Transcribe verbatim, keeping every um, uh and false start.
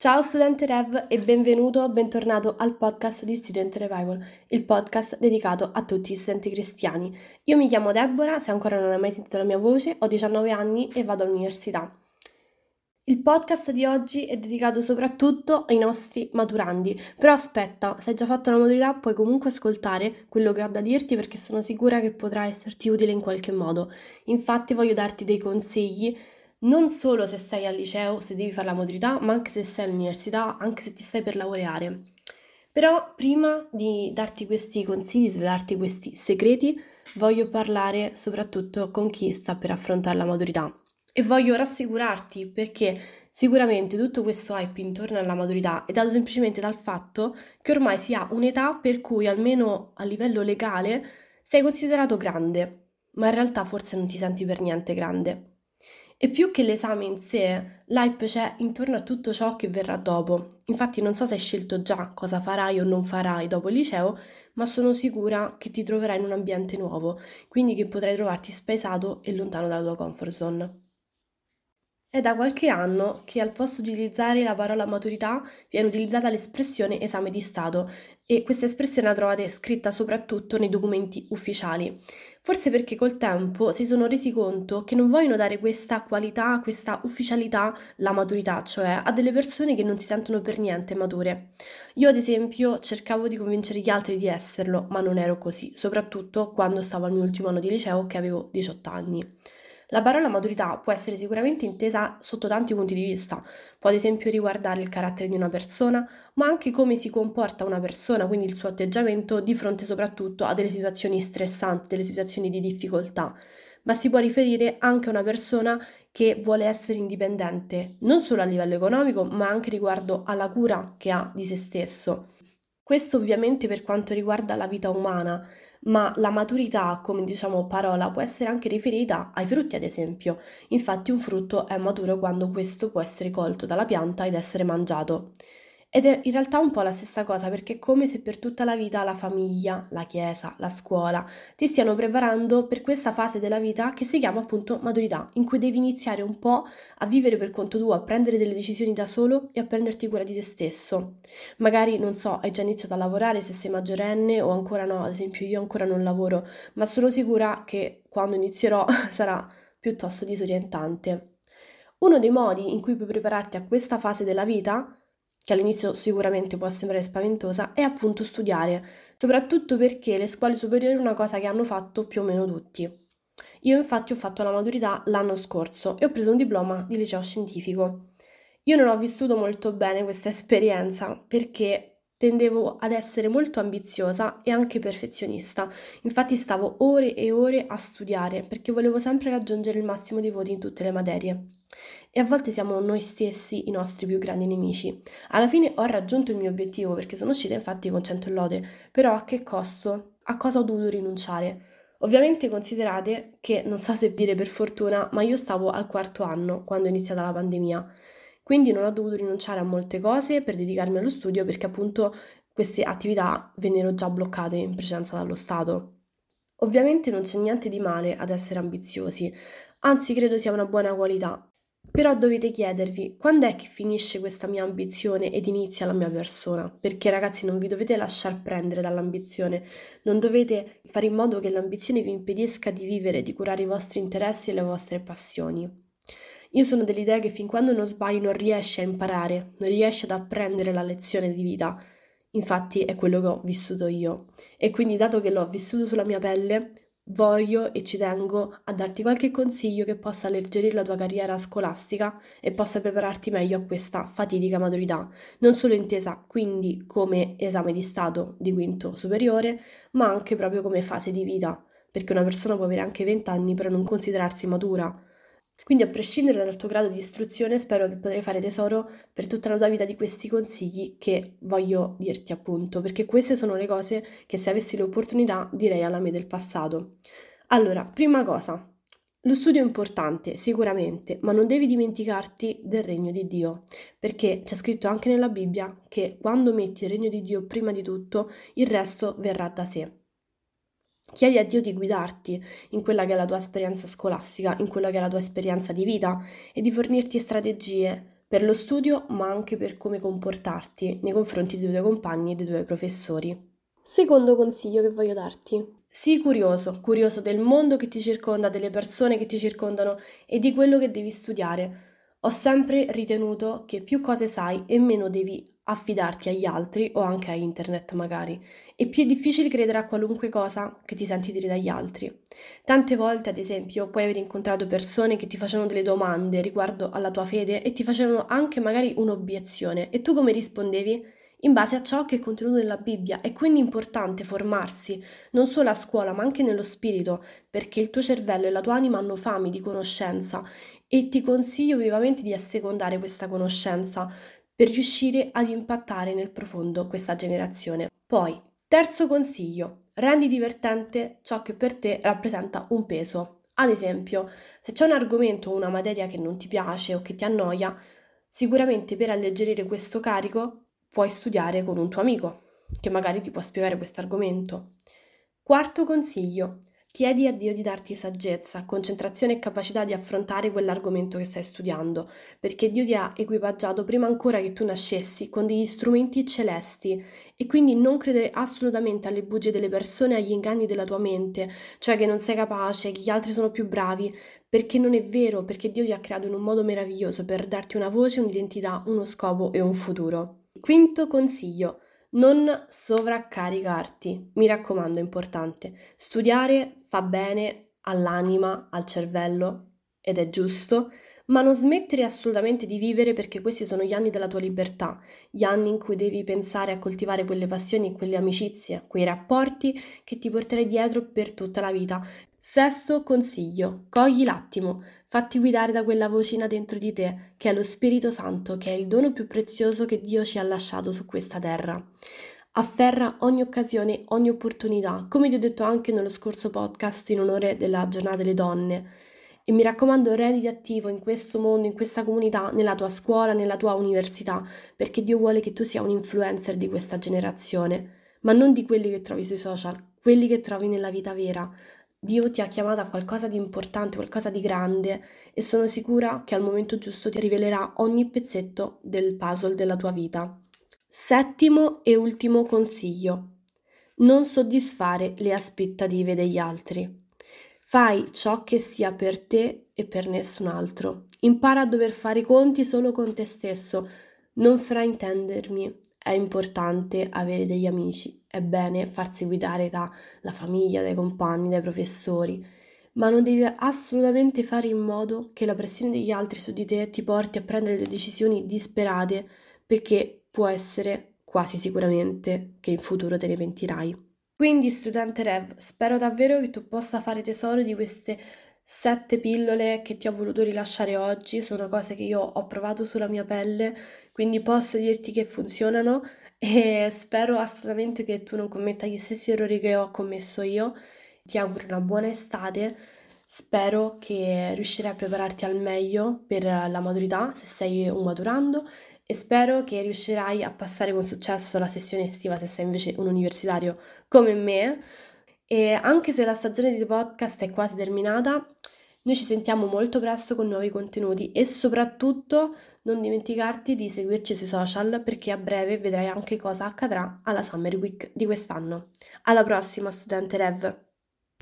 Ciao studente Rev e benvenuto, bentornato al podcast di Student Revival, il podcast dedicato a tutti gli studenti cristiani. Io mi chiamo Deborah, se ancora non hai mai sentito la mia voce, ho diciannove anni e vado all'università. Il podcast di oggi è dedicato soprattutto ai nostri maturandi, però aspetta, se hai già fatto la maturità puoi comunque ascoltare quello che ho da dirti perché sono sicura che potrà esserti utile in qualche modo. Infatti voglio darti dei consigli non solo se sei al liceo, se devi fare la maturità, ma anche se sei all'università, anche se ti stai per laureare. Però prima di darti questi consigli, svelarti questi segreti, voglio parlare soprattutto con chi sta per affrontare la maturità. E voglio rassicurarti perché sicuramente tutto questo hype intorno alla maturità è dato semplicemente dal fatto che ormai si ha un'età per cui almeno a livello legale sei considerato grande, ma in realtà forse non ti senti per niente grande. E più che l'esame in sé, l'hype c'è intorno a tutto ciò che verrà dopo. Infatti non so se hai scelto già cosa farai o non farai dopo il liceo, ma sono sicura che ti troverai in un ambiente nuovo, quindi che potrai trovarti spaesato e lontano dalla tua comfort zone. È da qualche anno che al posto di utilizzare la parola maturità viene utilizzata l'espressione esame di Stato e questa espressione la trovate scritta soprattutto nei documenti ufficiali. Forse perché col tempo si sono resi conto che non vogliono dare questa qualità, questa ufficialità, la maturità, cioè a delle persone che non si sentono per niente mature. Io ad esempio cercavo di convincere gli altri di esserlo, ma non ero così, soprattutto quando stavo al mio ultimo anno di liceo che avevo diciotto anni. La parola maturità può essere sicuramente intesa sotto tanti punti di vista, può ad esempio riguardare il carattere di una persona, ma anche come si comporta una persona, quindi il suo atteggiamento di fronte soprattutto a delle situazioni stressanti, delle situazioni di difficoltà, ma si può riferire anche a una persona che vuole essere indipendente, non solo a livello economico, ma anche riguardo alla cura che ha di se stesso. Questo ovviamente per quanto riguarda la vita umana, ma la maturità, come diciamo parola, può essere anche riferita ai frutti, ad esempio. Infatti un frutto è maturo quando questo può essere colto dalla pianta ed essere mangiato. Ed è in realtà un po' la stessa cosa perché è come se per tutta la vita la famiglia, la chiesa, la scuola ti stiano preparando per questa fase della vita che si chiama appunto maturità, in cui devi iniziare un po' a vivere per conto tuo, a prendere delle decisioni da solo e a prenderti cura di te stesso. Magari, non so, hai già iniziato a lavorare se sei maggiorenne o ancora no, ad esempio io ancora non lavoro, ma sono sicura che quando inizierò sarà piuttosto disorientante. Uno dei modi in cui puoi prepararti a questa fase della vita, che all'inizio sicuramente può sembrare spaventosa, è appunto studiare, soprattutto perché le scuole superiori è una cosa che hanno fatto più o meno tutti. Io infatti ho fatto la maturità l'anno scorso e ho preso un diploma di liceo scientifico. Io non ho vissuto molto bene questa esperienza perché tendevo ad essere molto ambiziosa e anche perfezionista. Infatti stavo ore e ore a studiare perché volevo sempre raggiungere il massimo di voti in tutte le materie. E a volte siamo noi stessi i nostri più grandi nemici. Alla fine ho raggiunto il mio obiettivo perché sono uscita infatti con cento lode, però a che costo? A cosa ho dovuto rinunciare? Ovviamente considerate che, non so se dire per fortuna, ma io stavo al quarto anno quando è iniziata la pandemia, quindi non ho dovuto rinunciare a molte cose per dedicarmi allo studio perché appunto queste attività vennero già bloccate in precedenza dallo Stato. Ovviamente non c'è niente di male ad essere ambiziosi, anzi credo sia una buona qualità. Però dovete chiedervi quando è che finisce questa mia ambizione ed inizia la mia persona? Perché ragazzi non vi dovete lasciar prendere dall'ambizione, non dovete fare in modo che l'ambizione vi impedisca di vivere, di curare i vostri interessi e le vostre passioni. Io sono dell'idea che fin quando non sbagli non riesci a imparare, non riesci ad apprendere la lezione di vita. Infatti è quello che ho vissuto io. E quindi dato che l'ho vissuto sulla mia pelle, voglio e ci tengo a darti qualche consiglio che possa alleggerire la tua carriera scolastica e possa prepararti meglio a questa fatidica maturità, non solo intesa quindi come esame di stato di quinto superiore, ma anche proprio come fase di vita, perché una persona può avere anche venti anni però non considerarsi matura. Quindi a prescindere dal tuo grado di istruzione, spero che potrai fare tesoro per tutta la tua vita di questi consigli che voglio dirti appunto, perché queste sono le cose che se avessi l'opportunità direi alla me del passato. Allora, prima cosa, lo studio è importante, sicuramente, ma non devi dimenticarti del regno di Dio, perché c'è scritto anche nella Bibbia che quando metti il regno di Dio prima di tutto, il resto verrà da sé. Chiedi a Dio di guidarti in quella che è la tua esperienza scolastica, in quella che è la tua esperienza di vita e di fornirti strategie per lo studio, ma anche per come comportarti nei confronti dei tuoi compagni e dei tuoi professori. Secondo consiglio che voglio darti. Sii curioso, curioso del mondo che ti circonda, delle persone che ti circondano e di quello che devi studiare. Ho sempre ritenuto che più cose sai e meno devi affidarti agli altri o anche a internet magari, e più è difficile credere a qualunque cosa che ti senti dire dagli altri. Tante volte, ad esempio, puoi aver incontrato persone che ti facevano delle domande riguardo alla tua fede e ti facevano anche magari un'obiezione e tu come rispondevi? In base a ciò che è contenuto nella Bibbia. È quindi importante formarsi non solo a scuola ma anche nello spirito, perché il tuo cervello e la tua anima hanno fame di conoscenza e ti consiglio vivamente di assecondare questa conoscenza per riuscire ad impattare nel profondo questa generazione. Poi, terzo consiglio, rendi divertente ciò che per te rappresenta un peso. Ad esempio, se c'è un argomento o una materia che non ti piace o che ti annoia, sicuramente per alleggerire questo carico puoi studiare con un tuo amico che magari ti può spiegare questo argomento. Quarto consiglio, chiedi a Dio di darti saggezza, concentrazione e capacità di affrontare quell'argomento che stai studiando, perché Dio ti ha equipaggiato prima ancora che tu nascessi con degli strumenti celesti e quindi non credere assolutamente alle bugie delle persone e agli inganni della tua mente, cioè che non sei capace, che gli altri sono più bravi, perché non è vero, perché Dio ti ha creato in un modo meraviglioso per darti una voce, un'identità, uno scopo e un futuro. Quinto consiglio, non sovraccaricarti. Mi raccomando, è importante. Studiare fa bene all'anima, al cervello ed è giusto, ma non smettere assolutamente di vivere perché questi sono gli anni della tua libertà, gli anni in cui devi pensare a coltivare quelle passioni, quelle amicizie, quei rapporti che ti porterai dietro per tutta la vita. Sesto consiglio, cogli l'attimo, fatti guidare da quella vocina dentro di te, che è lo Spirito Santo, che è il dono più prezioso che Dio ci ha lasciato su questa terra. Afferra ogni occasione, ogni opportunità, come ti ho detto anche nello scorso podcast in onore della giornata delle donne. E mi raccomando, renditi attivo in questo mondo, in questa comunità, nella tua scuola, nella tua università, perché Dio vuole che tu sia un influencer di questa generazione, ma non di quelli che trovi sui social, quelli che trovi nella vita vera. Dio ti ha chiamato a qualcosa di importante, qualcosa di grande e sono sicura che al momento giusto ti rivelerà ogni pezzetto del puzzle della tua vita. Settimo e ultimo consiglio. Non soddisfare le aspettative degli altri. Fai ciò che sia per te e per nessun altro. Impara a dover fare i conti solo con te stesso. Non fraintendermi. È importante avere degli amici, è bene farsi guidare dalla famiglia, dai compagni, dai professori, ma non devi assolutamente fare in modo che la pressione degli altri su di te ti porti a prendere delle decisioni disperate, perché può essere quasi sicuramente che in futuro te ne pentirai. Quindi, studente Rev, spero davvero che tu possa fare tesoro di queste sette pillole che ti ho voluto rilasciare oggi. Sono cose che io ho provato sulla mia pelle, quindi posso dirti che funzionano e spero assolutamente che tu non commetta gli stessi errori che ho commesso io. Ti auguro una buona estate. Spero che riuscirai a prepararti al meglio per la maturità, se sei un maturando, e spero che riuscirai a passare con successo la sessione estiva se sei invece un universitario come me. E anche se la stagione di podcast è quasi terminata, noi ci sentiamo molto presto con nuovi contenuti e soprattutto non dimenticarti di seguirci sui social perché a breve vedrai anche cosa accadrà alla Summer Week di quest'anno. Alla prossima, studente Rev!